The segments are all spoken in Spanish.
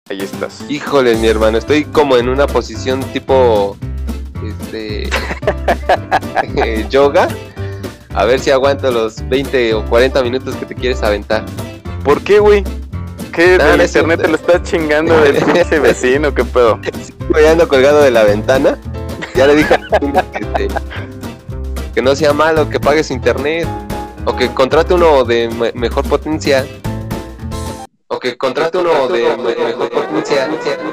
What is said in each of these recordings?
Ahí estás. Híjole, mi hermano, estoy como en una posición tipo yoga. A ver si aguanto los 20 o 40 minutos que te quieres aventar. ¿Por qué, güey? ¿Qué No, el internet te lo está chingando del pinche vecino? ¿Qué pedo? Sí, güey, ando colgado de la ventana. Ya le dije que no sea malo, que pague su internet. O que contrate uno de mejor potencia. Mejor potencia.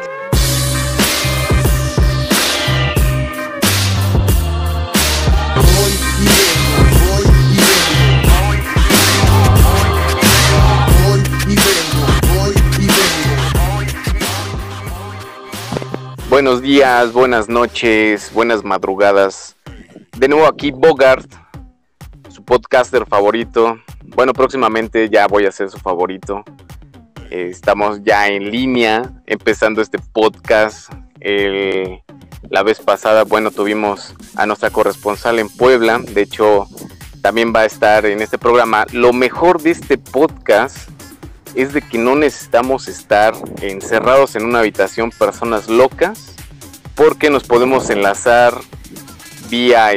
Buenos días, buenas noches, buenas madrugadas. De nuevo aquí Bogart, su podcaster favorito. Bueno, próximamente ya voy a ser su favorito. Estamos ya en línea, empezando este podcast. La vez pasada, bueno, tuvimos a nuestra corresponsal en Puebla. De hecho, también va a estar en este programa. Lo mejor de este podcast es de que no necesitamos estar encerrados en una habitación personas locas, porque nos podemos enlazar vía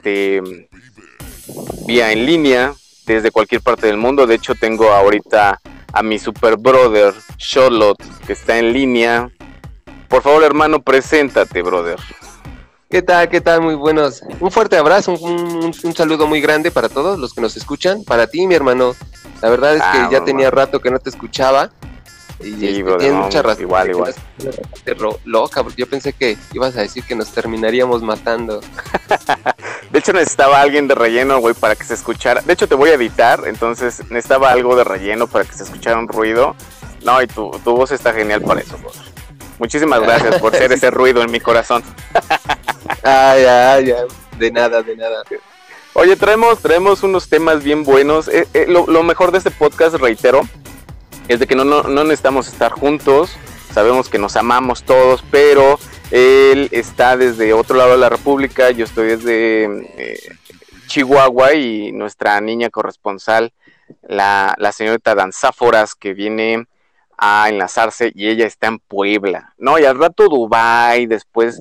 en línea desde cualquier parte del mundo. De hecho, tengo ahorita a mi super brother Charlotte, que está en línea. Por favor, hermano, preséntate, brother. ¿Qué tal? Muy buenos. Un fuerte abrazo, un saludo muy grande para todos los que nos escuchan. Para ti, mi hermano. La verdad es que ya tenía rato que no te escuchaba. Y sí, brother, tienes mucha razón. Igual. Loca, porque yo pensé que ibas a decir que nos terminaríamos matando. De hecho, necesitaba alguien de relleno, güey, para que se escuchara. De hecho, te voy a editar, entonces necesitaba algo de relleno para que se escuchara un ruido. No, y tu voz está genial para eso, brother. Muchísimas gracias por ser ese ruido en mi corazón. Ya. De nada. Oye, traemos unos temas bien buenos. Lo mejor de este podcast, reitero, es de que no necesitamos estar juntos. Sabemos que nos amamos todos, pero él está desde otro lado de la República, yo estoy desde Chihuahua, y nuestra niña corresponsal, la señorita Danzáforas, que viene a enlazarse, y ella está en Puebla, ¿no? Y al rato Dubái, después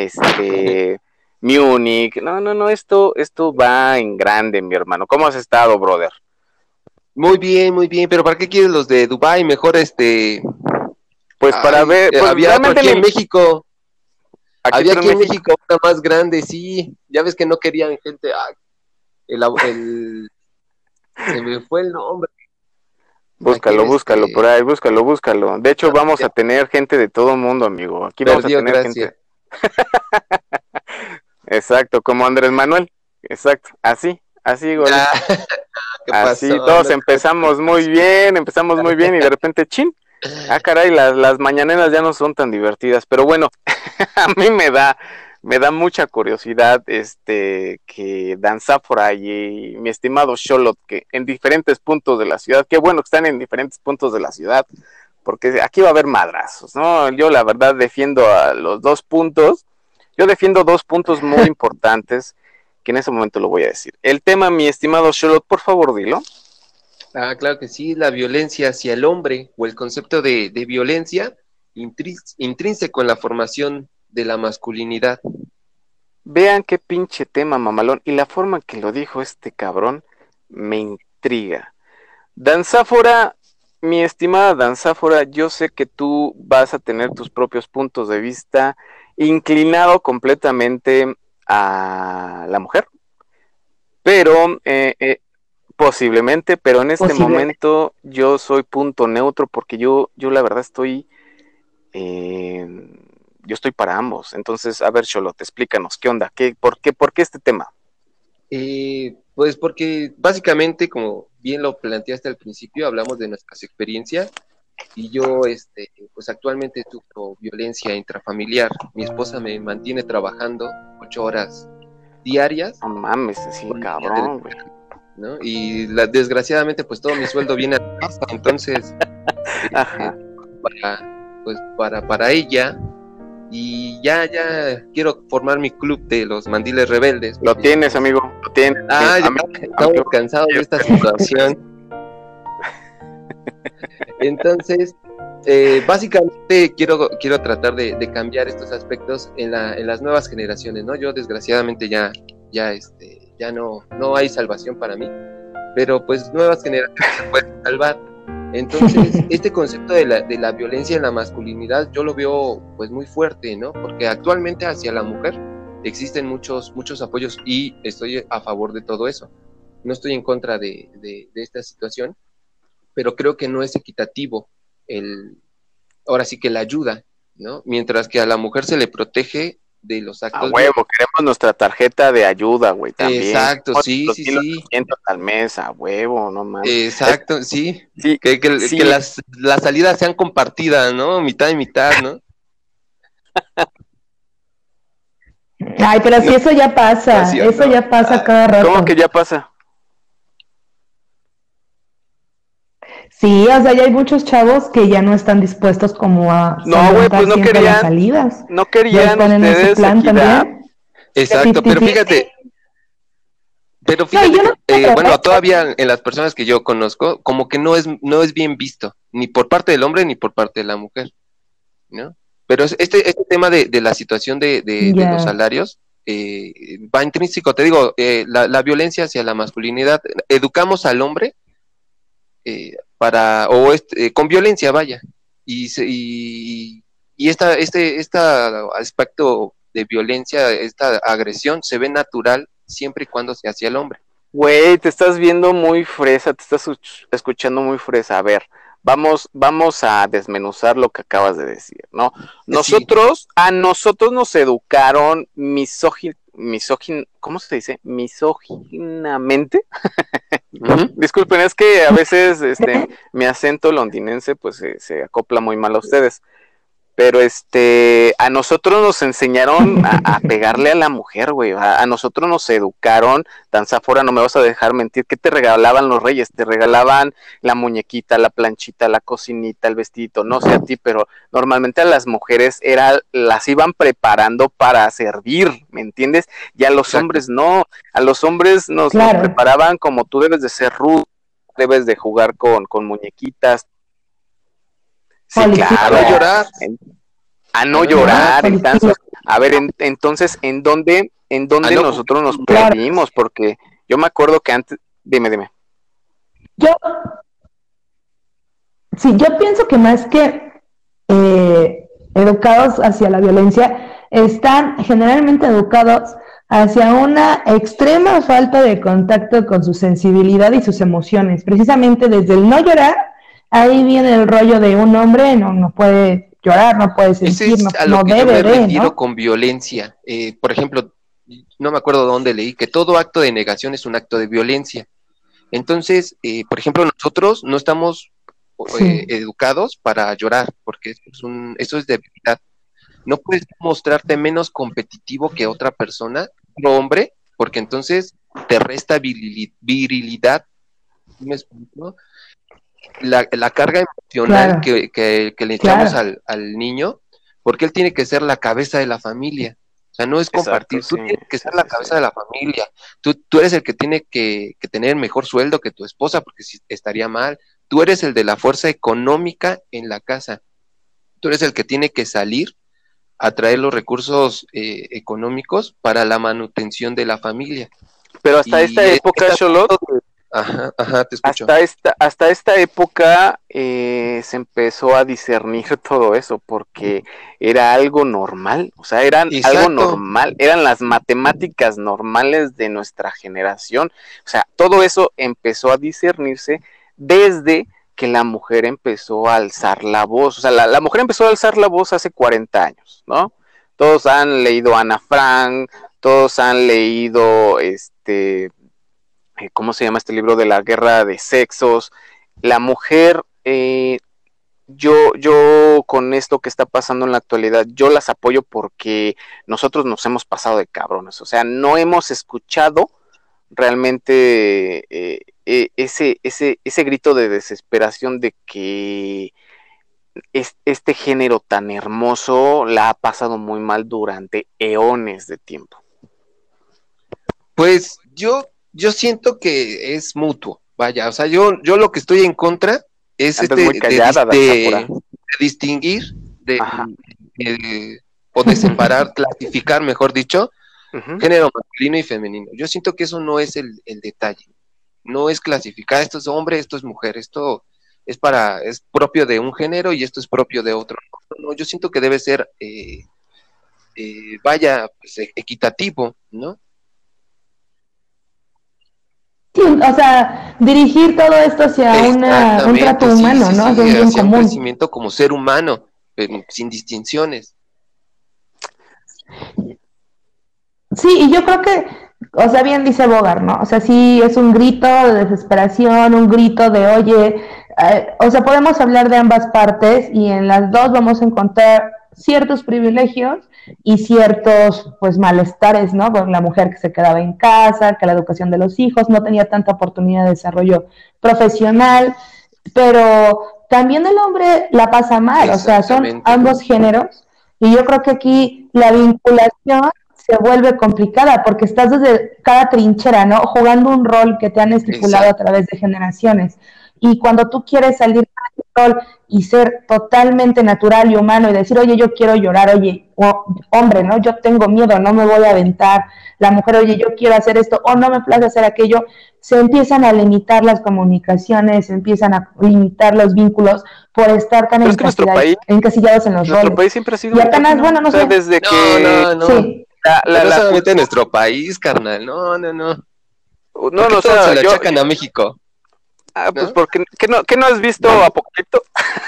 Múnich. No, esto va en grande, mi hermano. ¿Cómo has estado, brother? Muy bien, pero ¿para qué quieres los de Dubái? Mejor pues para ver, pues había otro aquí en México. Había aquí en México una más grande, sí. Ya ves que no querían gente. Se me fue el nombre. Búscalo por ahí, búscalo. De hecho, vamos a tener gente de todo el mundo, amigo. Aquí vamos a tener gente. Exacto, como Andrés Manuel. Exacto, así, igual. Así, todos empezamos muy bien, y de repente, chin. Caray, las mañaneras ya no son tan divertidas, pero bueno, a mí me da mucha curiosidad que Danzáfora y mi estimado Xolot, que en diferentes puntos de la ciudad, qué bueno que están en diferentes puntos de la ciudad, porque aquí va a haber madrazos, ¿no? Yo la verdad defiendo a los dos puntos. Yo defiendo dos puntos muy importantes, que en ese momento lo voy a decir. El tema, mi estimado Xolot, por favor, dilo. Claro que sí, la violencia hacia el hombre, o el concepto de violencia intrínseco en la formación de la masculinidad. Vean qué pinche tema, mamalón, y la forma que lo dijo este cabrón me intriga. Danzáfora, mi estimada Danzáfora, yo sé que tú vas a tener tus propios puntos de vista, inclinado completamente a la mujer, pero posiblemente, pero en este momento yo soy punto neutro, porque yo la verdad estoy para ambos. Entonces, a ver, Xolot, explícanos, ¿qué onda? ¿Por qué este tema? Pues porque básicamente, como bien lo planteaste al principio, hablamos de nuestras experiencias, y yo pues actualmente sufro violencia intrafamiliar. Mi esposa me mantiene trabajando 8 horas diarias. No mames, sí, cabrón, güey. ¿No? Y desgraciadamente pues todo mi sueldo viene a casa, entonces para ella, y ya quiero formar mi club de los mandiles rebeldes. Lo tienes, amigo, lo tienes. Estamos cansados de esta situación. Entonces Básicamente quiero tratar de cambiar estos aspectos en las nuevas generaciones, ¿no? Yo desgraciadamente ya no hay salvación para mí, pero pues nuevas generaciones se pueden salvar. Entonces, este concepto de la violencia en la masculinidad yo lo veo pues muy fuerte, ¿no? Porque actualmente hacia la mujer existen muchos apoyos y estoy a favor de todo eso. No estoy en contra de esta situación, pero creo que no es equitativo ahora sí que la ayuda, ¿no? Mientras que a la mujer se le protege de los actos. A huevo, queremos nuestra tarjeta de ayuda, güey, también. Exacto, sí. Al mes, a huevo, no mames. Exacto, sí. Que las salidas sean compartidas, ¿no? Mitad y mitad, ¿no? Ay, pero si eso ya pasa, eso ya pasa cada rato. ¿Cómo que ya pasa? Sí, o sea, ya hay muchos chavos que ya no están dispuestos como a no, güey, pues no querían las salidas. No querían ustedes equidad. Exacto, pero fíjate, bueno, todavía en las personas que yo conozco, como que no es bien visto, ni por parte del hombre ni por parte de la mujer, ¿no? Pero este tema de la situación de los salarios va intrínseco, te digo, la violencia hacia la masculinidad, educamos al hombre con violencia, vaya, y este aspecto de violencia, esta agresión se ve natural siempre y cuando sea hacia el hombre. Güey, te estás viendo muy fresa, te estás escuchando muy fresa. A ver, vamos a desmenuzar lo que acabas de decir, ¿no? A nosotros nos educaron ¿cómo se dice? Misóginamente. Disculpen, es que a veces mi acento londinense pues se acopla muy mal a ustedes. Pero a nosotros nos enseñaron a pegarle a la mujer, güey. A nosotros nos educaron, Danzáfora, no me vas a dejar mentir, ¿qué te regalaban los reyes? Te regalaban la muñequita, la planchita, la cocinita, el vestidito, no sé a ti, pero normalmente a las mujeres las iban preparando para servir, ¿me entiendes? Y a los hombres no, a los hombres nos preparaban como tú debes de ser rudo, debes de jugar con muñequitas. Sí, claro, a llorar. A no llorar, entonces, a ver, entonces, ¿en dónde nosotros nos perdimos? Porque yo me acuerdo que antes, dime. Yo pienso que más que educados hacia la violencia, están generalmente educados hacia una extrema falta de contacto con su sensibilidad y sus emociones, precisamente desde el no llorar. Ahí viene el rollo de un hombre, no puede llorar, no puede sentir, no debe, yo me refiero con violencia. Por ejemplo, no me acuerdo dónde leí que todo acto de negación es un acto de violencia. Entonces, por ejemplo, nosotros no estamos educados para llorar, porque eso es debilidad. No puedes mostrarte menos competitivo que otra persona, otro hombre, porque entonces te resta virilidad. ¿Me explico? La carga emocional que le echamos al niño, porque él tiene que ser la cabeza de la familia. O sea, no es compartir. Exacto, tú tienes que ser la cabeza de la familia. Tú eres el que tiene que tener mejor sueldo que tu esposa, porque si estaría mal. Tú eres el de la fuerza económica en la casa. Tú eres el que tiene que salir a traer los recursos económicos para la manutención de la familia. Pero hasta esta época, Xolot, Ajá, te escucho. Hasta esta época se empezó a discernir todo eso, porque era algo normal, o sea, algo normal, eran las matemáticas normales de nuestra generación, o sea, todo eso empezó a discernirse desde que la mujer empezó a alzar la voz, o sea, la mujer empezó a alzar la voz hace 40 años, ¿no? Todos han leído Ana Frank, todos han leído ¿cómo se llama este libro de la guerra de sexos? La mujer, yo con esto que está pasando en la actualidad, yo las apoyo porque nosotros nos hemos pasado de cabrones, o sea, no hemos escuchado realmente ese grito de desesperación de que este género tan hermoso la ha pasado muy mal durante eones de tiempo. Pues yo siento que es mutuo, vaya, o sea, yo lo que estoy en contra es muy callada, de distinguir, o de separar, clasificar, mejor dicho, género masculino y femenino. Yo siento que eso no es el detalle. No es clasificar, esto es hombre, esto es mujer, esto es propio de un género y esto es propio de otro. No, yo siento que debe ser, pues, equitativo, ¿no? Sí, o sea, dirigir todo esto hacia un trato humano, ¿no? Sí, hacia un crecimiento como ser humano, sin distinciones. Sí, y yo creo que, o sea, bien dice Bogart, ¿no? O sea, sí es un grito de desesperación, un grito de, oye, o sea, podemos hablar de ambas partes y en las dos vamos a encontrar ciertos privilegios y ciertos, pues, malestares, ¿no? Con la mujer que se quedaba en casa, que la educación de los hijos no tenía tanta oportunidad de desarrollo profesional, pero también el hombre la pasa mal, o sea, son ambos géneros y yo creo que aquí la vinculación se vuelve complicada porque estás desde cada trinchera, ¿no? Jugando un rol que te han estipulado a través de generaciones. Y cuando tú quieres salir de ese rol y ser totalmente natural y humano y decir, oye, yo quiero llorar, oye, hombre, ¿no? Yo tengo miedo, no me voy a aventar. La mujer, oye, yo quiero hacer esto, o no me place hacer aquello. Se empiezan a limitar las comunicaciones, se empiezan a limitar los vínculos por estar tan encasillados en los roles. Nuestro país siempre ha sido... Y apenas, bueno, no sé. Desde que... No. Sí. No solamente en nuestro país, carnal, no. No, o sea, se lo achacan a México. Pues porque ¿qué no has visto Apocalipto?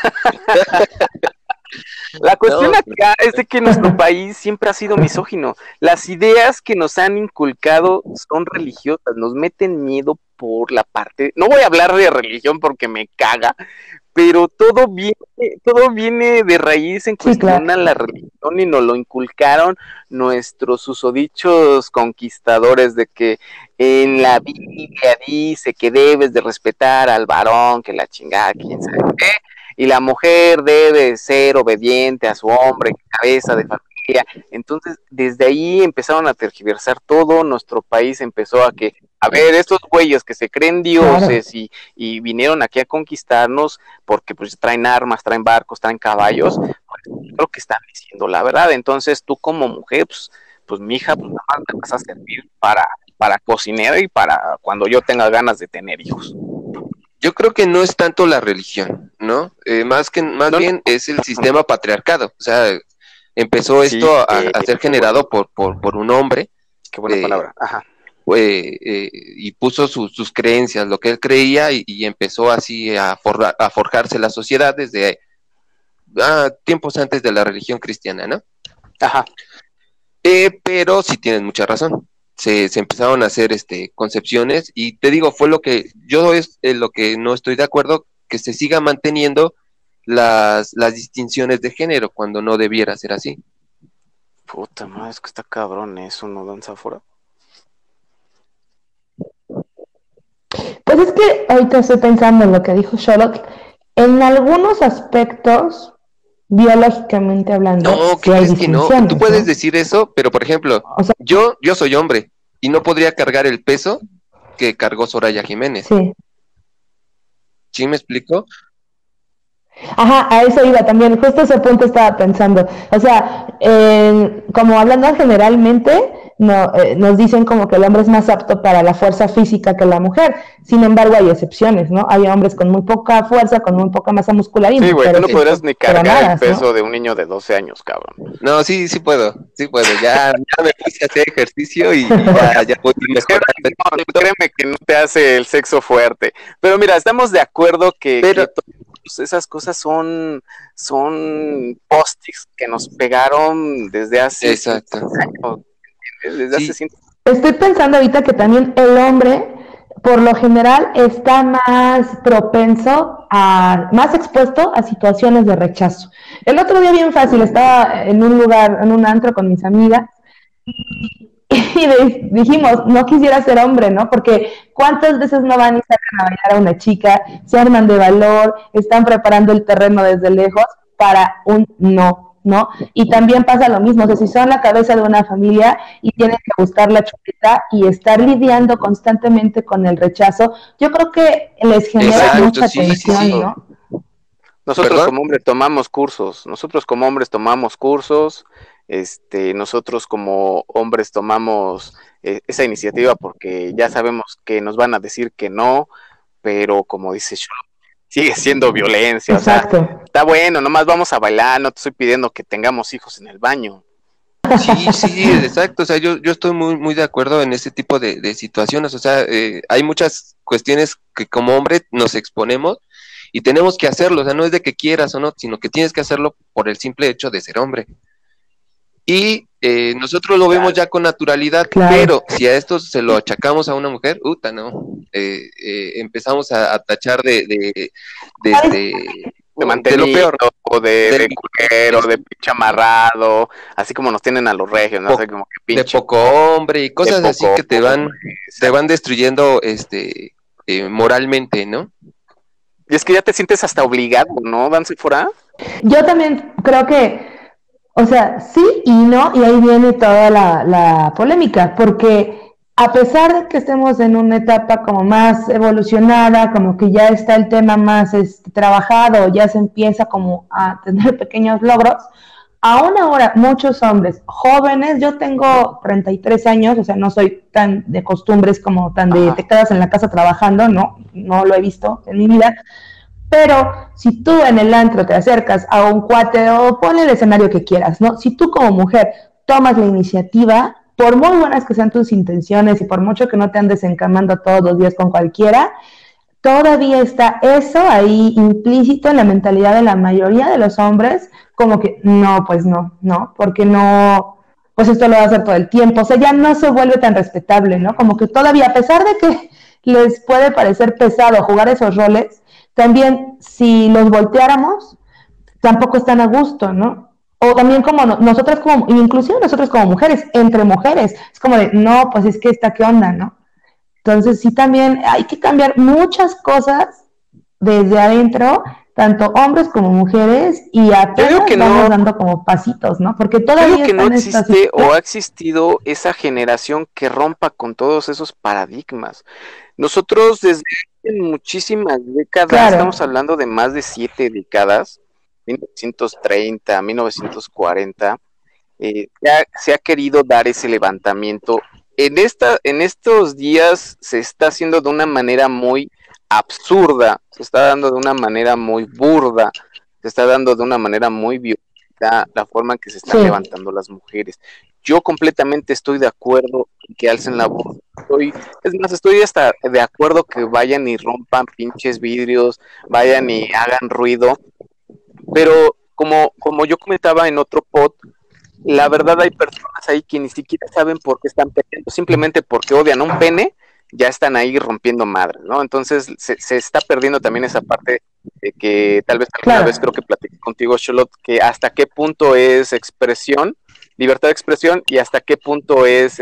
La cuestión acá es de que nuestro país siempre ha sido misógino. Las ideas que nos han inculcado son religiosas, nos meten miedo por la parte... No voy a hablar de religión porque me caga, pero todo viene de raíz en cuestión a la religión y nos lo inculcaron nuestros susodichos conquistadores de que en la Biblia dice que debes de respetar al varón, que la chingada, quién sabe qué, y la mujer debe ser obediente a su hombre, cabeza de familia. Entonces, desde ahí empezaron a tergiversar todo, nuestro país empezó a ver, estos güeyes que se creen dioses y vinieron aquí a conquistarnos porque pues traen armas, traen barcos, traen caballos, pues creo que están diciendo la verdad. Entonces tú como mujer, pues mija, pues nada más me vas a servir para cocinera y para cuando yo tenga ganas de tener hijos. Yo creo que no es tanto la religión, ¿no? Más bien es el sistema patriarcado. O sea, empezó esto a ser generado por un hombre. Qué buena palabra. Ajá. Y puso sus creencias, lo que él creía, y empezó así a forjarse la sociedad desde tiempos antes de la religión cristiana, ¿no? Ajá. Pero sí tienes mucha razón. Se empezaron a hacer concepciones, y te digo, fue lo que yo es lo que no estoy de acuerdo, que se siga manteniendo las distinciones de género cuando no debiera ser así. Puta madre, es que está cabrón eso, ¿no, danza afuera? Pues es que ahorita estoy pensando en lo que dijo Sherlock. En algunos aspectos, biológicamente hablando, no, ¿qué es que no? Tú puedes decir eso, pero por ejemplo, o sea, yo soy hombre y no podría cargar el peso que cargó Soraya Jiménez. Sí. ¿Sí me explico? Ajá, a eso iba también, justo ese punto estaba pensando. O sea, como hablando generalmente, nos dicen como que el hombre es más apto para la fuerza física que la mujer. Sin embargo, hay excepciones, ¿no? Hay hombres con muy poca fuerza, con muy poca masa muscular. Sí, güey, tú no podrías ni cargar el peso, ¿no?, de un niño de 12 años, cabrón. No, sí puedo. Ya me puse a hacer ejercicio y ya voy mejorando. No, créeme que no te hace el sexo fuerte. Pero mira, estamos de acuerdo que esas cosas son post-its que nos pegaron desde hace años. Desde hace 100. Estoy pensando ahorita que también el hombre, por lo general, está más propenso más expuesto a situaciones de rechazo. El otro día bien fácil, estaba en un lugar, en un antro con mis amigas, y dijimos, no quisiera ser hombre, ¿no? Porque ¿cuántas veces no van y sacan a bailar a una chica, se arman de valor, están preparando el terreno desde lejos para un no, ¿no? Y también pasa lo mismo, o sea, si son la cabeza de una familia y tienen que buscar la chuleta y estar lidiando constantemente con el rechazo, yo creo que les genera mucha tensión, ¿no? Nosotros ¿Perdón? como hombres tomamos cursos, nosotros como hombres tomamos cursos, nosotros como hombres tomamos esa iniciativa porque ya sabemos que nos van a decir que no, pero como dice Chulo, sigue siendo violencia, o sea, Exacto. está bueno, nomás vamos a bailar, no te estoy pidiendo que tengamos hijos en el baño. Sí, exacto. O sea, yo estoy muy de acuerdo en ese tipo de situaciones. O sea, hay muchas cuestiones que como hombre nos exponemos y tenemos que hacerlo. O sea, no es de que quieras o no, sino que tienes que hacerlo por el simple hecho de ser hombre. Y nosotros lo vemos ya con naturalidad, Claro. pero si a esto se lo achacamos a una mujer, no. Empezamos a tachar De de mantenido, lo peor. o de culero, de pinche amarrado, así como nos tienen a los regios, ¿no? O sea, como que De pinche, poco hombre y cosas poco así que te van destruyendo moralmente, ¿no? Y es que ya te sientes hasta obligado, ¿no, Dance Fora? Yo también creo que, o sea, sí y no, y ahí viene toda la polémica, porque a pesar de que estemos en una etapa como más evolucionada, como que ya está el tema más trabajado, ya se empieza como a tener pequeños logros, aún ahora muchos hombres jóvenes, yo tengo 33 años, o sea, no soy tan de costumbres como tan de te quedas en la casa trabajando, no lo he visto en mi vida, pero si tú en el antro te acercas a un cuate o pon el escenario que quieras, ¿no? Si tú como mujer tomas la iniciativa, por muy buenas que sean tus intenciones y por mucho que no te andes encamando todos los días con cualquiera, todavía está eso ahí implícito en la mentalidad de la mayoría de los hombres, como que no, pues no, porque no, pues esto lo va a hacer todo el tiempo, o sea, ya no se vuelve tan respetable, ¿no? Como que todavía, a pesar de que les puede parecer pesado jugar esos roles, también si los volteáramos, tampoco están a gusto, ¿no? O también como nosotras como, inclusive nosotros como mujeres, entre mujeres, es como de, no, pues es que esta qué onda, ¿no? Entonces sí también hay que cambiar muchas cosas desde adentro, tanto hombres como mujeres, y apenas vamos dando como pasitos, ¿no? Porque todavía yo digo que no existe o ha existido esa generación que rompa con todos esos paradigmas. Nosotros desde muchísimas décadas, estamos hablando de más de 7 décadas, 1930, 1940, se ha querido dar ese levantamiento. En estos días se está haciendo de una manera muy absurda, se está dando de una manera muy burda, se está dando de una manera muy violenta la forma en que se están levantando las mujeres. Yo completamente estoy de acuerdo en que alcen la voz. Estoy hasta de acuerdo que vayan y rompan pinches vidrios, vayan y hagan ruido, pero como yo comentaba en otro pod, la verdad hay personas ahí que ni siquiera saben por qué están peleando, simplemente porque odian un pene, ya están ahí rompiendo madres, ¿no? Entonces se está perdiendo también esa parte de que tal vez alguna vez creo que platiqué contigo, Charlotte, que hasta qué punto es expresión, libertad de expresión, y hasta qué punto es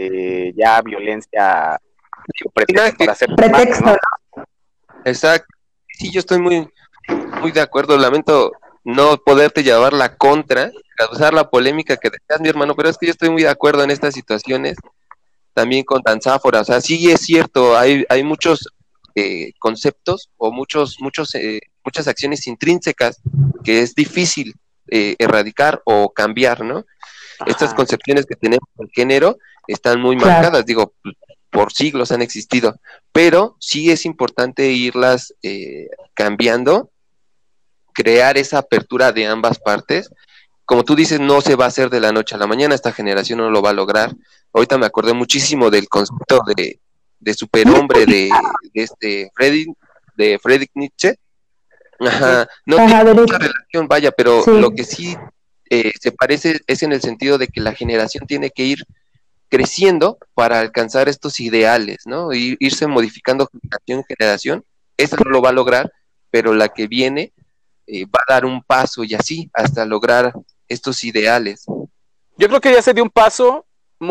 ya violencia, pretexto para hacer pretexto, ¿no? Exacto. Sí, yo estoy muy de acuerdo. Lamento no poderte llevar la contra, causar la polémica que deseas, mi hermano, pero es que yo estoy muy de acuerdo en estas situaciones, también con Danzáfora. O sea, sí es cierto, hay muchos conceptos o muchas acciones intrínsecas que es difícil erradicar o cambiar, ¿no? Ajá. Estas concepciones que tenemos del género están muy marcadas, digo, por siglos han existido, pero sí es importante irlas cambiando, crear esa apertura de ambas partes. Como tú dices, no se va a hacer de la noche a la mañana, esta generación no lo va a lograr. Ahorita me acordé muchísimo del concepto de superhombre de Friedrich Nietzsche. Ajá, no tiene mucha relación, vaya, pero lo que sí se parece es en el sentido de que la generación tiene que ir creciendo para alcanzar estos ideales, ¿no? Irse modificando generación en generación. Esta no lo va a lograr, pero la que viene va a dar un paso y así hasta lograr estos ideales. Yo creo que ya se dio un paso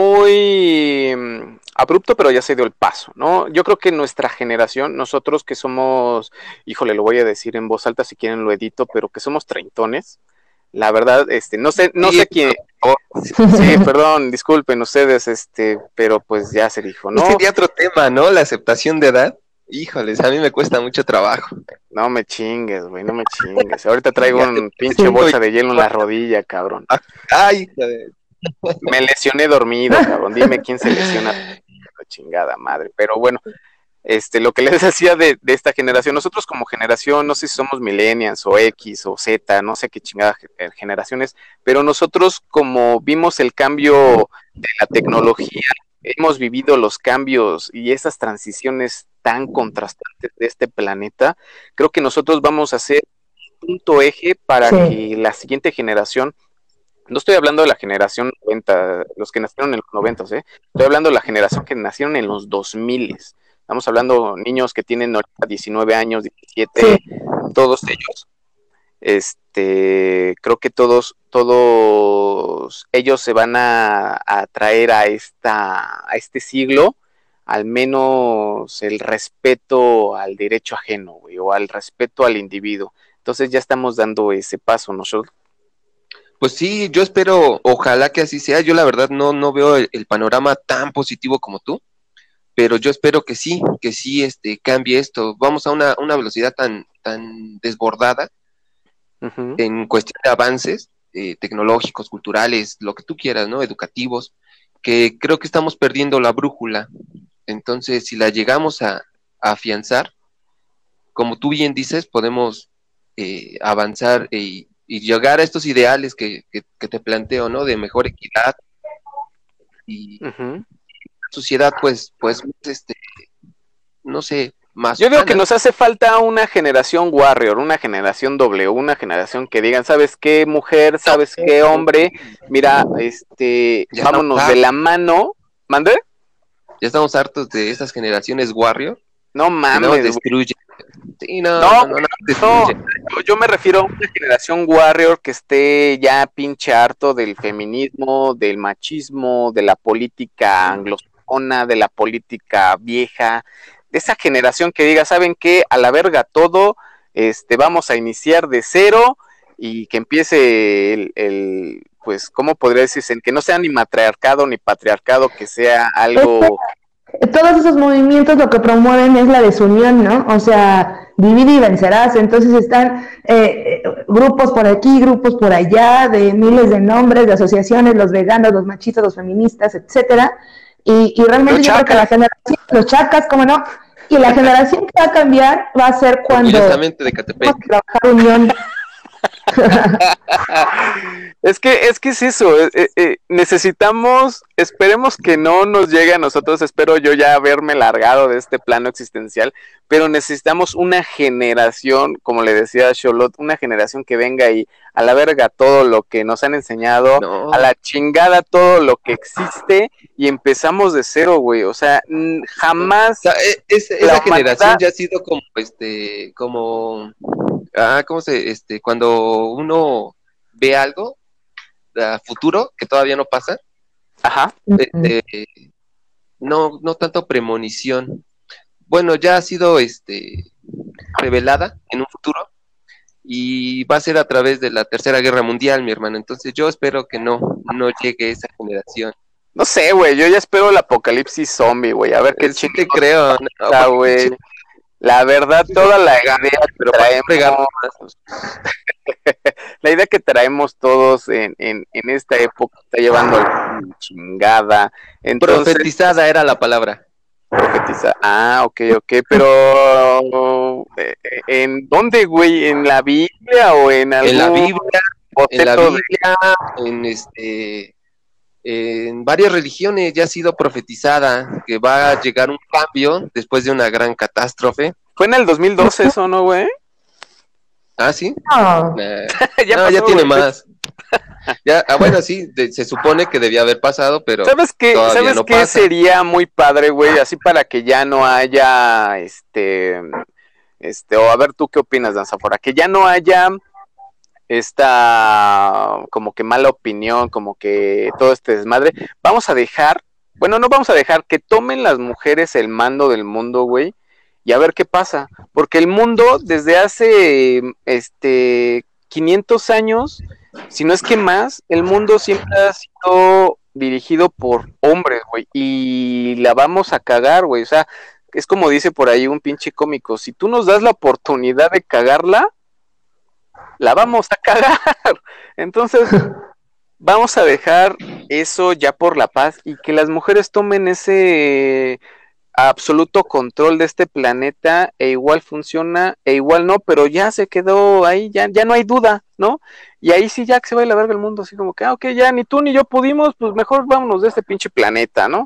muy abrupto, pero ya se dio el paso, ¿no? Yo creo que nuestra generación, nosotros que somos, híjole, lo voy a decir en voz alta si quieren lo edito, pero que somos treintones, la verdad, no sé quién, sí, perdón, disculpen ustedes, pero pues ya se dijo, ¿no? Sería otro tema, ¿no? La aceptación de edad. Híjoles, a mí me cuesta mucho trabajo. No me chingues, güey, no me chingues. Ahorita traigo un pinche bolsa de hielo en la rodilla, cabrón. Ay, me lesioné dormido, cabrón. Dime quién se lesiona. La chingada madre. Pero bueno, lo que les decía de esta generación, nosotros como generación, no sé si somos millennials o X o Z, no sé qué chingada generaciones, pero nosotros como vimos el cambio de la tecnología, hemos vivido los cambios y esas transiciones tan contrastantes de este planeta, creo que nosotros vamos a ser punto eje para que la siguiente generación, no estoy hablando de la generación 90, los que nacieron en los 90, estoy hablando de la generación que nacieron en los 2000. Estamos hablando de niños que tienen 19 años, 17, todos ellos. Creo que todos ellos se van a traer a este siglo al menos el respeto al derecho ajeno, güey, o al respeto al individuo. Entonces ya estamos dando ese paso nosotros. Pues sí, yo espero, ojalá que así sea. Yo la verdad no veo el panorama tan positivo como tú, pero yo espero que sí cambie esto. Vamos a una velocidad tan desbordada en cuestión de avances tecnológicos, culturales, lo que tú quieras, ¿no? Educativos, que creo que estamos perdiendo la brújula. Entonces, si la llegamos a afianzar, como tú bien dices, podemos avanzar y llegar a estos ideales que te planteo, ¿no? De mejor equidad y sociedad, pues, no sé, más. Yo digo que nos hace falta una generación warrior, una generación W, una generación que digan, ¿sabes qué, mujer? ¿Sabes qué, hombre? Mira, vámonos de la mano. ¿Mande? Ya estamos hartos de estas generaciones warrior. No mames. No destruye. Sí, no. Yo me refiero a una generación warrior que esté ya pinche harto del feminismo, del machismo, de la política anglosajona, de la política vieja, de esa generación que diga, ¿saben qué? A la verga todo, vamos a iniciar de cero y que empiece pues, ¿cómo podría decirse? Que no sea ni matriarcado ni patriarcado, que sea algo... Todos esos movimientos lo que promueven es la desunión, ¿no? O sea, divide y vencerás. Entonces están grupos por aquí, grupos por allá, de miles de nombres, de asociaciones, los veganos, los machistas, los feministas, etcétera. Y realmente yo creo que la generación, los chacas, ¿cómo no? Y la generación que va a cambiar va a ser cuando vamos a trabajar unión. Es que es eso, necesitamos, esperemos que no nos llegue a nosotros, espero yo ya haberme largado de este plano existencial, pero necesitamos una generación, como le decía Xolot, una generación que venga y a la verga todo lo que nos han enseñado, a la chingada todo lo que existe y empezamos de cero, güey, o sea, jamás... O sea, esa generación ya ha sido cuando uno ve algo a futuro que todavía no pasa, no tanto premonición, bueno, ya ha sido revelada en un futuro y va a ser a través de la Tercera Guerra Mundial, mi hermano. Entonces yo espero que no llegue esa generación. No sé, güey, yo ya espero el apocalipsis zombie, güey, a ver qué sí te creo, güey. La verdad, toda la idea que traemos, la idea que traemos todos en esta época está llevando a la chingada. Entonces, profetizada era la palabra. Profetizada, ok, pero ¿en dónde, güey? ¿En la Biblia o en algún... En la Biblia, en varias religiones ya ha sido profetizada que va a llegar un cambio después de una gran catástrofe. ¿Fue en el 2012 eso, no, güey? ¿Ah, sí? No. Ya tiene más. Bueno, sí, se supone que debía haber pasado, pero ¿Sabes qué sería muy padre, güey? Así para que ya no haya, o a ver, ¿tú qué opinas, Danzafora? Que ya no haya esta como que mala opinión, como que todo este desmadre. No vamos a dejar que tomen las mujeres el mando del mundo, güey, y a ver qué pasa, porque el mundo desde hace 500 años, si no es que más, el mundo siempre ha sido dirigido por hombres, güey, y la vamos a cagar, güey. O sea, es como dice por ahí un pinche cómico, si tú nos das la oportunidad de cagarla, la vamos a cagar. Entonces, vamos a dejar eso ya por la paz y que las mujeres tomen ese absoluto control de este planeta, e igual funciona, e igual no, pero ya se quedó ahí, ya no hay duda, ¿no? Y ahí sí ya que se va a la verga el mundo, así como que, ok, ya ni tú ni yo pudimos, pues mejor vámonos de este pinche planeta, ¿no?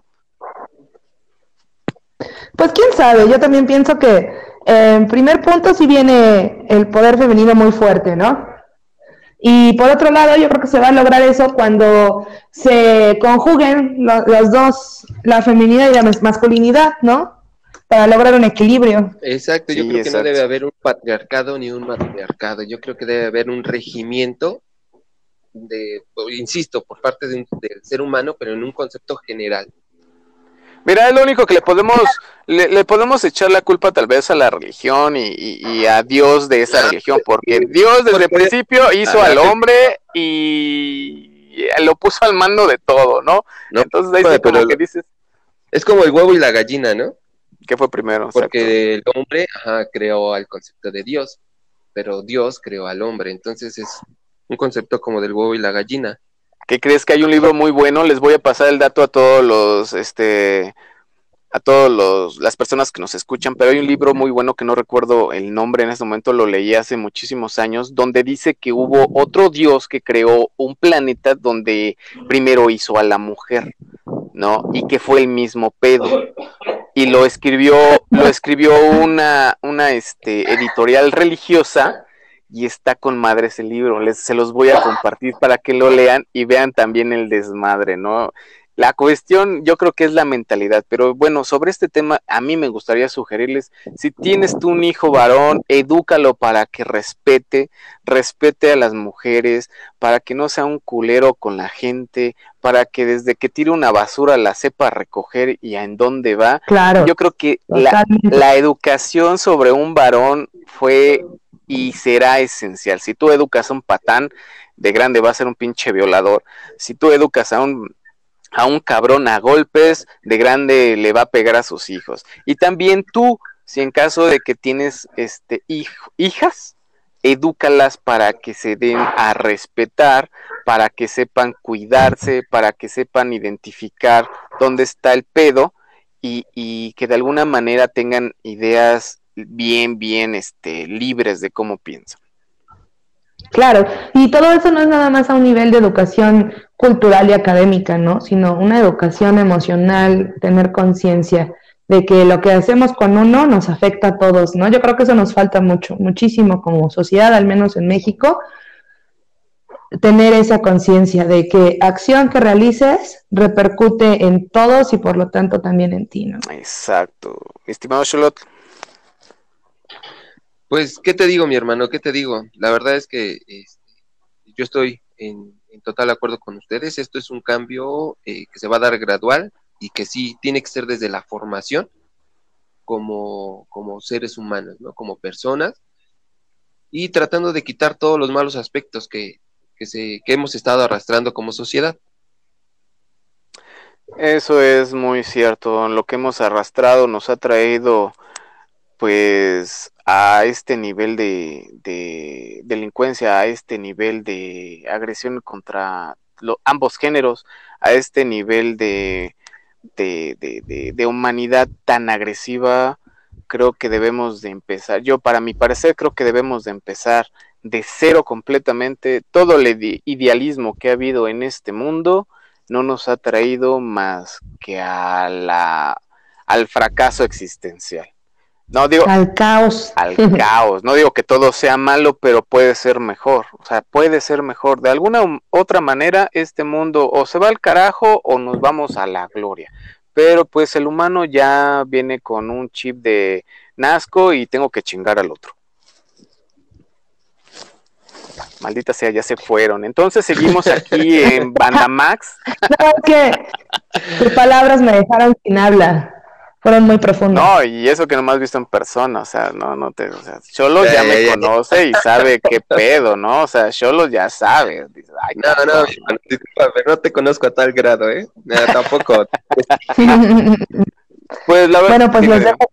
Pues quién sabe, yo también pienso que en primer punto sí viene el poder femenino muy fuerte, ¿no? Y por otro lado, yo creo que se va a lograr eso cuando se conjuguen los dos, la feminidad y la masculinidad, ¿no? Para lograr un equilibrio. Exacto, yo creo que no debe haber un patriarcado ni un matriarcado, yo creo que debe haber un regimiento insisto, por parte del ser humano, pero en un concepto general. Mira, es lo único que le podemos echar la culpa tal vez a la religión y a Dios de esa religión, porque Dios desde el principio hizo al hombre y lo puso al mando de todo, ¿no? Entonces ahí sí como que dices... Es como el huevo y la gallina, ¿no? ¿Qué fue primero? Porque exacto. El hombre creó al concepto de Dios, pero Dios creó al hombre, entonces es un concepto como del huevo y la gallina. ¿Qué crees? Que hay un libro muy bueno, les voy a pasar el dato a todos las personas que nos escuchan, pero hay un libro muy bueno que no recuerdo el nombre en este momento, lo leí hace muchísimos años, donde dice que hubo otro Dios que creó un planeta donde primero hizo a la mujer, ¿no? Y que fue el mismo pedo. Y lo escribió una editorial religiosa. Y está con madre ese libro, se los voy a compartir para que lo lean y vean también el desmadre, ¿no? La cuestión yo creo que es la mentalidad, pero bueno, sobre este tema a mí me gustaría sugerirles, si tienes tú un hijo varón, edúcalo para que respete a las mujeres, para que no sea un culero con la gente, para que desde que tire una basura la sepa recoger y en dónde va. Claro. Yo creo que la educación sobre un varón fue y será esencial. Si tú educas a un patán, de grande va a ser un pinche violador. Si tú educas a un cabrón a golpes, de grande le va a pegar a sus hijos. Y también tú, si en caso de que tienes hijas, edúcalas para que se den a respetar, para que sepan cuidarse, para que sepan identificar dónde está el pedo y que de alguna manera tengan ideas bien libres de cómo piensan. Claro, y todo eso no es nada más a un nivel de educación cultural y académica, ¿no? Sino una educación emocional, tener conciencia de que lo que hacemos con uno nos afecta a todos, ¿no? Yo creo que eso nos falta muchísimo como sociedad, al menos en México, tener esa conciencia de que acción que realices repercute en todos y por lo tanto también en ti, ¿no? Exacto. Estimado Xolotl. Pues, ¿qué te digo, mi hermano? ¿Qué te digo? La verdad es que yo estoy en total acuerdo con ustedes. Esto es un cambio que se va a dar gradual y que sí tiene que ser desde la formación como seres humanos, ¿no? Como personas, y tratando de quitar todos los malos aspectos que hemos estado arrastrando como sociedad. Eso es muy cierto. Lo que hemos arrastrado nos ha traído pues a este nivel de delincuencia, a este nivel de agresión contra ambos géneros, a este nivel de humanidad tan agresiva. Creo que debemos de empezar, yo para mi parecer creo que debemos de empezar de cero completamente. Todo el idealismo que ha habido en este mundo no nos ha traído más que al fracaso existencial. No digo al caos. No digo que todo sea malo, pero puede ser mejor. O sea, puede ser mejor. De alguna otra manera, este mundo o se va al carajo o nos vamos a la gloria. Pero pues el humano ya viene con un chip de nazco y tengo que chingar al otro. Maldita sea, ya se fueron. Entonces seguimos aquí en Banda Max. No, es que tus palabras me dejaron sin habla. Fueron muy profundos. No, y eso que nomás visto en persona, o sea, Xolo ya me conoce y sabe qué pedo, ¿no? O sea, Xolo ya sabe. Dice, ay, no, disculpa, no te conozco a tal grado, ¿eh? No, tampoco. Pues la verdad. Bueno, pues los dejo.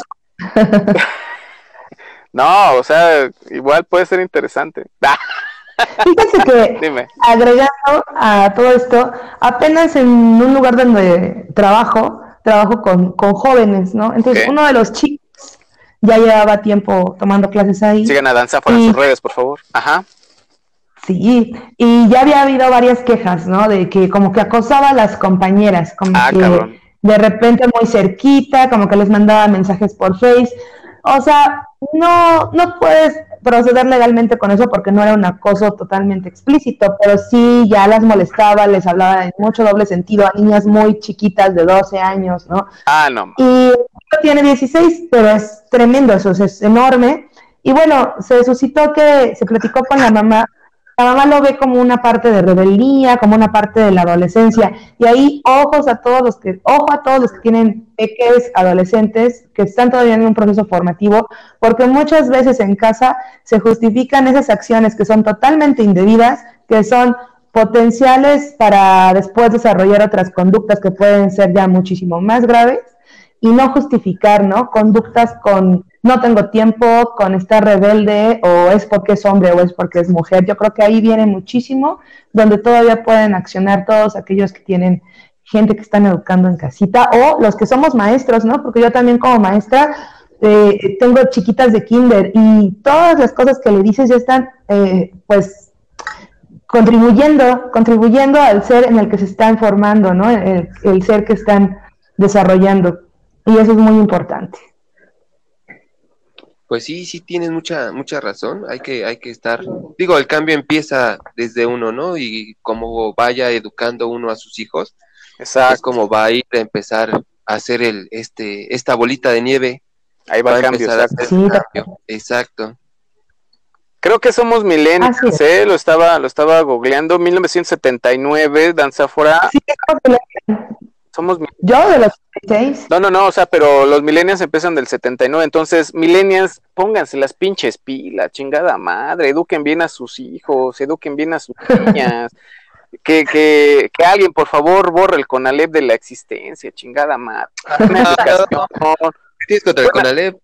No, o sea, igual puede ser interesante. Fíjate que Dime. agregando a todo esto, apenas en un lugar donde trabajo con jóvenes, ¿no? Entonces, uno de los chicos ya llevaba tiempo tomando clases ahí. Sigan a Danzáfora en sus redes, por favor. Ajá. Sí, y ya había habido varias quejas, ¿no? De que como que acosaba a las compañeras, como que cabrón. De repente muy cerquita, como que les mandaba mensajes por Face. O sea, no puedes proceder legalmente con eso porque no era un acoso totalmente explícito, pero sí ya las molestaba, les hablaba en mucho doble sentido a niñas muy chiquitas de 12 años, ¿no? No. Y tiene 16, pero es tremendo, eso es enorme. Y bueno, se suscitó que se platicó con la mamá. La mamá lo ve como una parte de rebeldía, como una parte de la adolescencia, y ahí ojo a todos los que tienen peques adolescentes que están todavía en un proceso formativo, porque muchas veces en casa se justifican esas acciones que son totalmente indebidas, que son potenciales para después desarrollar otras conductas que pueden ser ya muchísimo más graves, y no justificar, ¿no? Conductas con no tengo tiempo, con estar rebelde, o es porque es hombre o es porque es mujer. Yo creo que ahí viene muchísimo, donde todavía pueden accionar todos aquellos que tienen gente que están educando en casita, o los que somos maestros, ¿no? Porque yo también como maestra tengo chiquitas de kinder, y todas las cosas que le dices ya están, pues, contribuyendo al ser en el que se están formando, ¿no? El ser que están desarrollando. Y eso es muy importante. Pues sí tienes mucha razón. Hay que estar, digo, el cambio empieza desde uno, ¿no? Y como vaya educando uno a sus hijos, exacto, es como va a ir a empezar a hacer esta bolita de nieve. Ahí va el cambio, cambio. Exacto. Creo que somos millennials, lo estaba googleando, 1979, Danzáfora. Sí, somos yo de los 16. No, o sea, pero los millennials empiezan del 79, entonces millennials, pónganse las pinches pilas, chingada madre, eduquen bien a sus hijos, eduquen bien a sus niñas, que alguien por favor borre el CONALEP de la existencia, chingada madre. ¿Qué tienes contra el CONALEP?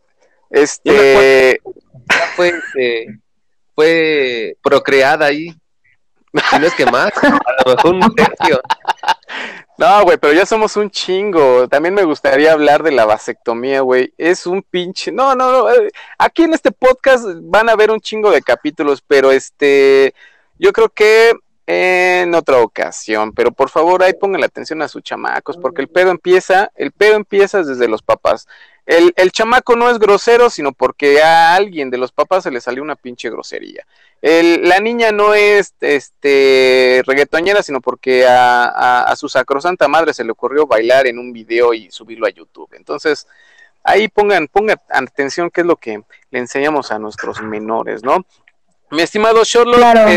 Fue procreada ahí, si no es que más, a lo mejor un tercio. No, güey, pero ya somos un chingo. También me gustaría hablar de la vasectomía, güey. Es un pinche... No. Aquí en este podcast van a ver un chingo de capítulos, pero yo creo que en otra ocasión. Pero por favor, ahí pongan la atención a sus chamacos, porque el pedo empieza desde los papás. El chamaco no es grosero, sino porque a alguien de los papás se le salió una pinche grosería. La niña no es reggaetonera, sino porque a su sacrosanta madre se le ocurrió bailar en un video y subirlo a YouTube. Entonces, ahí pongan atención qué es lo que le enseñamos a nuestros menores, ¿no? Mi estimado Charlotte, claro.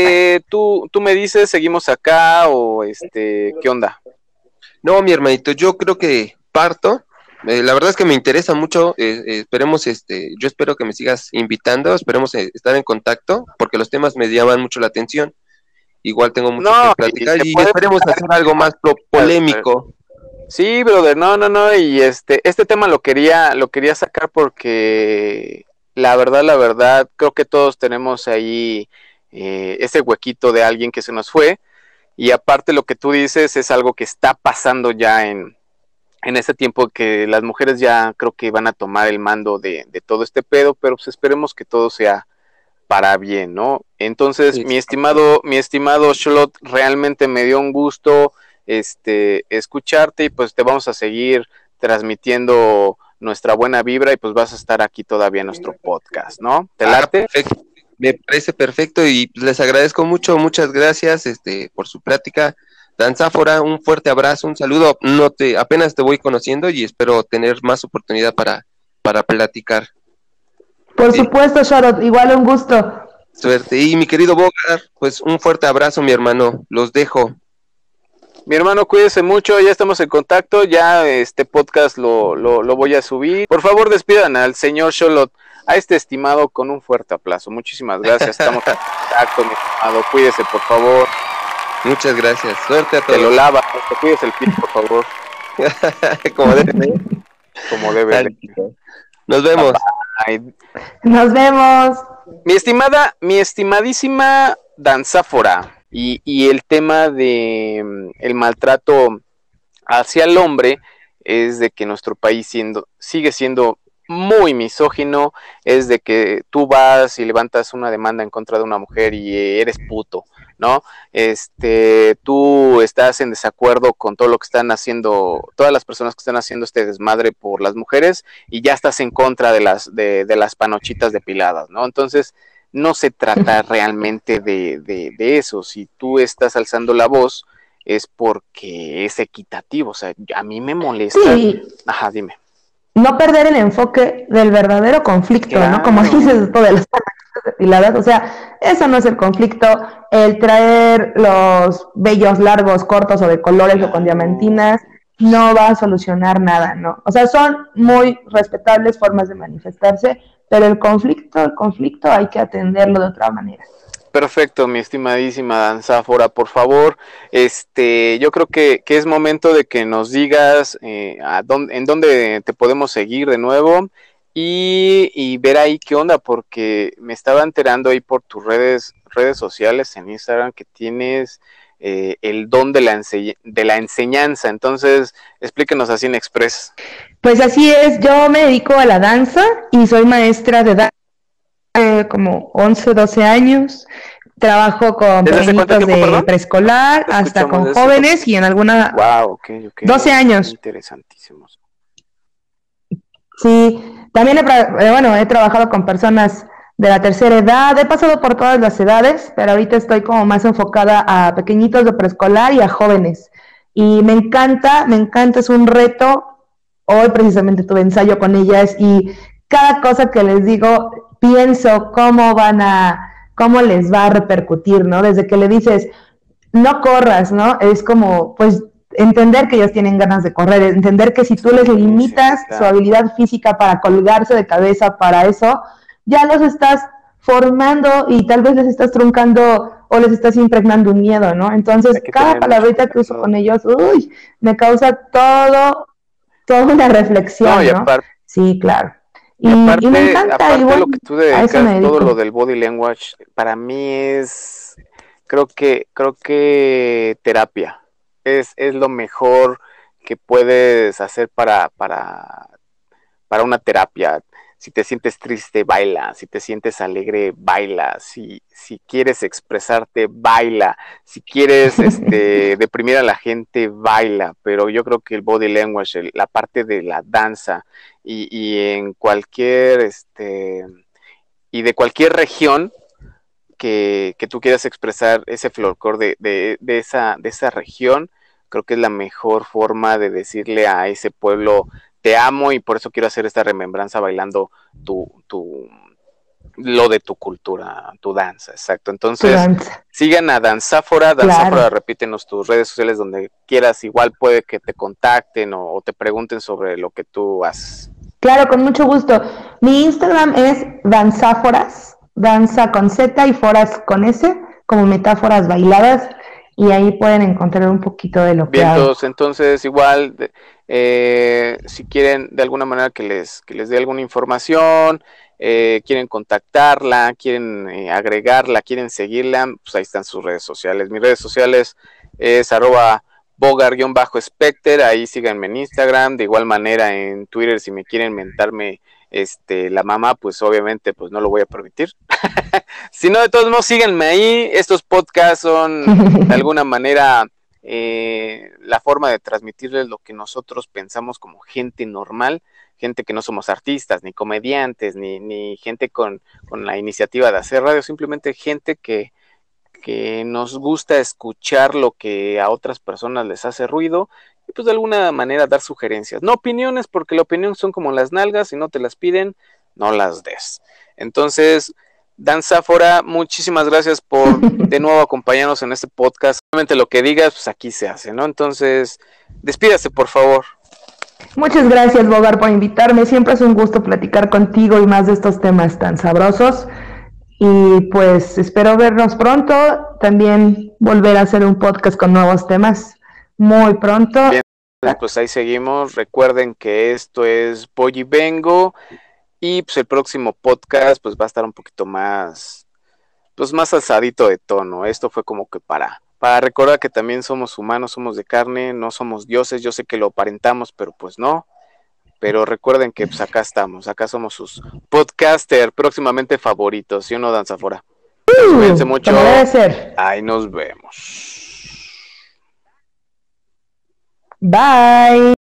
Tú me dices, ¿seguimos acá o qué onda? No, mi hermanito, yo creo que parto. La verdad es que me interesa mucho, esperemos, yo espero que me sigas invitando, esperemos estar en contacto, porque los temas me llaman mucho la atención, igual tengo mucho que platicar y esperemos hacer algo más polémico. Sí, brother, no, y este tema lo quería sacar porque la verdad, creo que todos tenemos ahí ese huequito de alguien que se nos fue, y aparte lo que tú dices es algo que está pasando ya en este tiempo, que las mujeres ya creo que van a tomar el mando de todo este pedo, pero pues esperemos que todo sea para bien, ¿no? Entonces, sí. mi estimado Charlotte, realmente me dio un gusto escucharte, y pues te vamos a seguir transmitiendo nuestra buena vibra, y pues vas a estar aquí todavía en nuestro podcast, ¿no? ¿Te late? Perfecto. Me parece perfecto, y les agradezco mucho, muchas gracias por su plática. Danzáfora, un fuerte abrazo, un saludo. Apenas te voy conociendo y espero tener más oportunidad para platicar. Por supuesto, Charlotte, igual un gusto. Suerte. Y mi querido Bogar, pues un fuerte abrazo, mi hermano. Los dejo. Mi hermano, cuídese mucho, ya estamos en contacto, ya este podcast lo voy a subir. Por favor, despidan al señor Charlotte, a este estimado, con un fuerte aplauso. Muchísimas gracias, estamos en contacto, mi estimado. Cuídese, por favor. Muchas gracias, suerte a todos. Te lo lava, te cuides el pie, por favor. Como debe. Como debe. Nos vemos. Bye. Nos vemos. Mi estimadísima Danzáfora, y el tema de el maltrato hacia el hombre es de que nuestro país sigue siendo muy misógino, es de que tú vas y levantas una demanda en contra de una mujer y eres puto, ¿no? Tú estás en desacuerdo con todo lo que están haciendo, todas las personas que están haciendo este desmadre por las mujeres, y ya estás en contra de las panochitas depiladas, ¿no? Entonces, no se trata realmente de eso. Si tú estás alzando la voz, es porque es equitativo. O sea, a mí me molesta. Sí. Ajá, dime. No perder el enfoque del verdadero conflicto, Claro. ¿no? Como dices esto de las panochitas depiladas, o sea, eso no es el conflicto. El traer los vellos largos, cortos o de colores o con diamantinas no va a solucionar nada, ¿no? O sea, son muy respetables formas de manifestarse, pero el conflicto hay que atenderlo de otra manera. Perfecto, mi estimadísima Danzáfora, por favor, yo creo que es momento de que nos digas en dónde te podemos seguir de nuevo y ver ahí qué onda, porque me estaba enterando ahí por tus redes sociales en Instagram que tienes el don de la enseñanza. Entonces, explíquenos así en express. Pues así es, yo me dedico a la danza y soy maestra de danza. Como 11, 12 años, trabajo con pequeñitos de preescolar hasta con jóvenes y en alguna... Wow, okay. 12 años. Interesantísimos. Sí, también he trabajado con personas de la tercera edad, he pasado por todas las edades, pero ahorita estoy como más enfocada a pequeñitos de preescolar y a jóvenes. Y me encanta, es un reto. Hoy precisamente tuve ensayo con ellas y cada cosa que les digo, pienso cómo les va a repercutir, ¿no? Desde que le dices, no corras, ¿no? Es como, pues, entender que ellos tienen ganas de correr, entender que si tú les limitas su habilidad física para colgarse de cabeza para eso, ya los estás formando y tal vez les estás truncando o les estás impregnando un miedo, ¿no? Entonces, cada palabrita que uso con ellos, me causa toda una reflexión, ¿no? Sí, claro. Y me encanta. Aparte lo que tú dedicas, todo lo del body language, para mí es, creo que terapia. Es lo mejor que puedes hacer para una terapia. Si te sientes triste, baila. Si te sientes alegre, baila. Si quieres expresarte, baila. Si quieres deprimir a la gente, baila. Pero yo creo que el body language, la parte de la danza y en cualquier y de cualquier región que tú quieras expresar ese folclore de esa región, creo que es la mejor forma de decirle a ese pueblo: te amo, y por eso quiero hacer esta remembranza bailando lo de tu cultura, tu danza, exacto. Entonces, sigan a Danzáfora, claro. Repítenos tus redes sociales donde quieras, igual puede que te contacten o te pregunten sobre lo que tú haces. Claro, con mucho gusto. Mi Instagram es Danzáforas, danza con Z y foras con S, como metáforas bailadas, y ahí pueden encontrar un poquito de lo que hago. Entonces, igual, si quieren de alguna manera que les dé alguna información, quieren contactarla, quieren agregarla, quieren seguirla, pues ahí están sus redes sociales. Mis redes sociales es @bogar_specter, ahí síganme en Instagram, de igual manera en Twitter, si me quieren mentarme la mamá, pues obviamente pues no lo voy a permitir. Si no, de todos modos, síganme ahí. Estos podcasts son de alguna manera la forma de transmitirles lo que nosotros pensamos como gente normal, gente que no somos artistas, ni comediantes, ni gente con la iniciativa de hacer radio, simplemente gente que nos gusta escuchar lo que a otras personas les hace ruido y pues de alguna manera dar sugerencias, no opiniones, porque la opinión son como las nalgas, si no te las piden, no las des. Entonces, Danzáfora, muchísimas gracias por de nuevo acompañarnos en este podcast. Solamente lo que digas, pues aquí se hace, ¿no? Entonces, despídase, por favor. Muchas gracias, Bogar, por invitarme. Siempre es un gusto platicar contigo y más de estos temas tan sabrosos. Y pues espero vernos pronto, también volver a hacer un podcast con nuevos temas muy pronto. Bien. Pues ahí seguimos. Recuerden que esto es Voy y Vengo. Y pues el próximo podcast pues va a estar un poquito más, pues más alzadito de tono. Esto fue como que para recordar que también somos humanos, somos de carne, no somos dioses. Yo sé que lo aparentamos, pero pues no. Pero recuerden que pues acá estamos, acá somos sus podcaster próximamente favoritos, ¿sí o no, Danzafora? Cuídense mucho. Ahí nos vemos. Bye.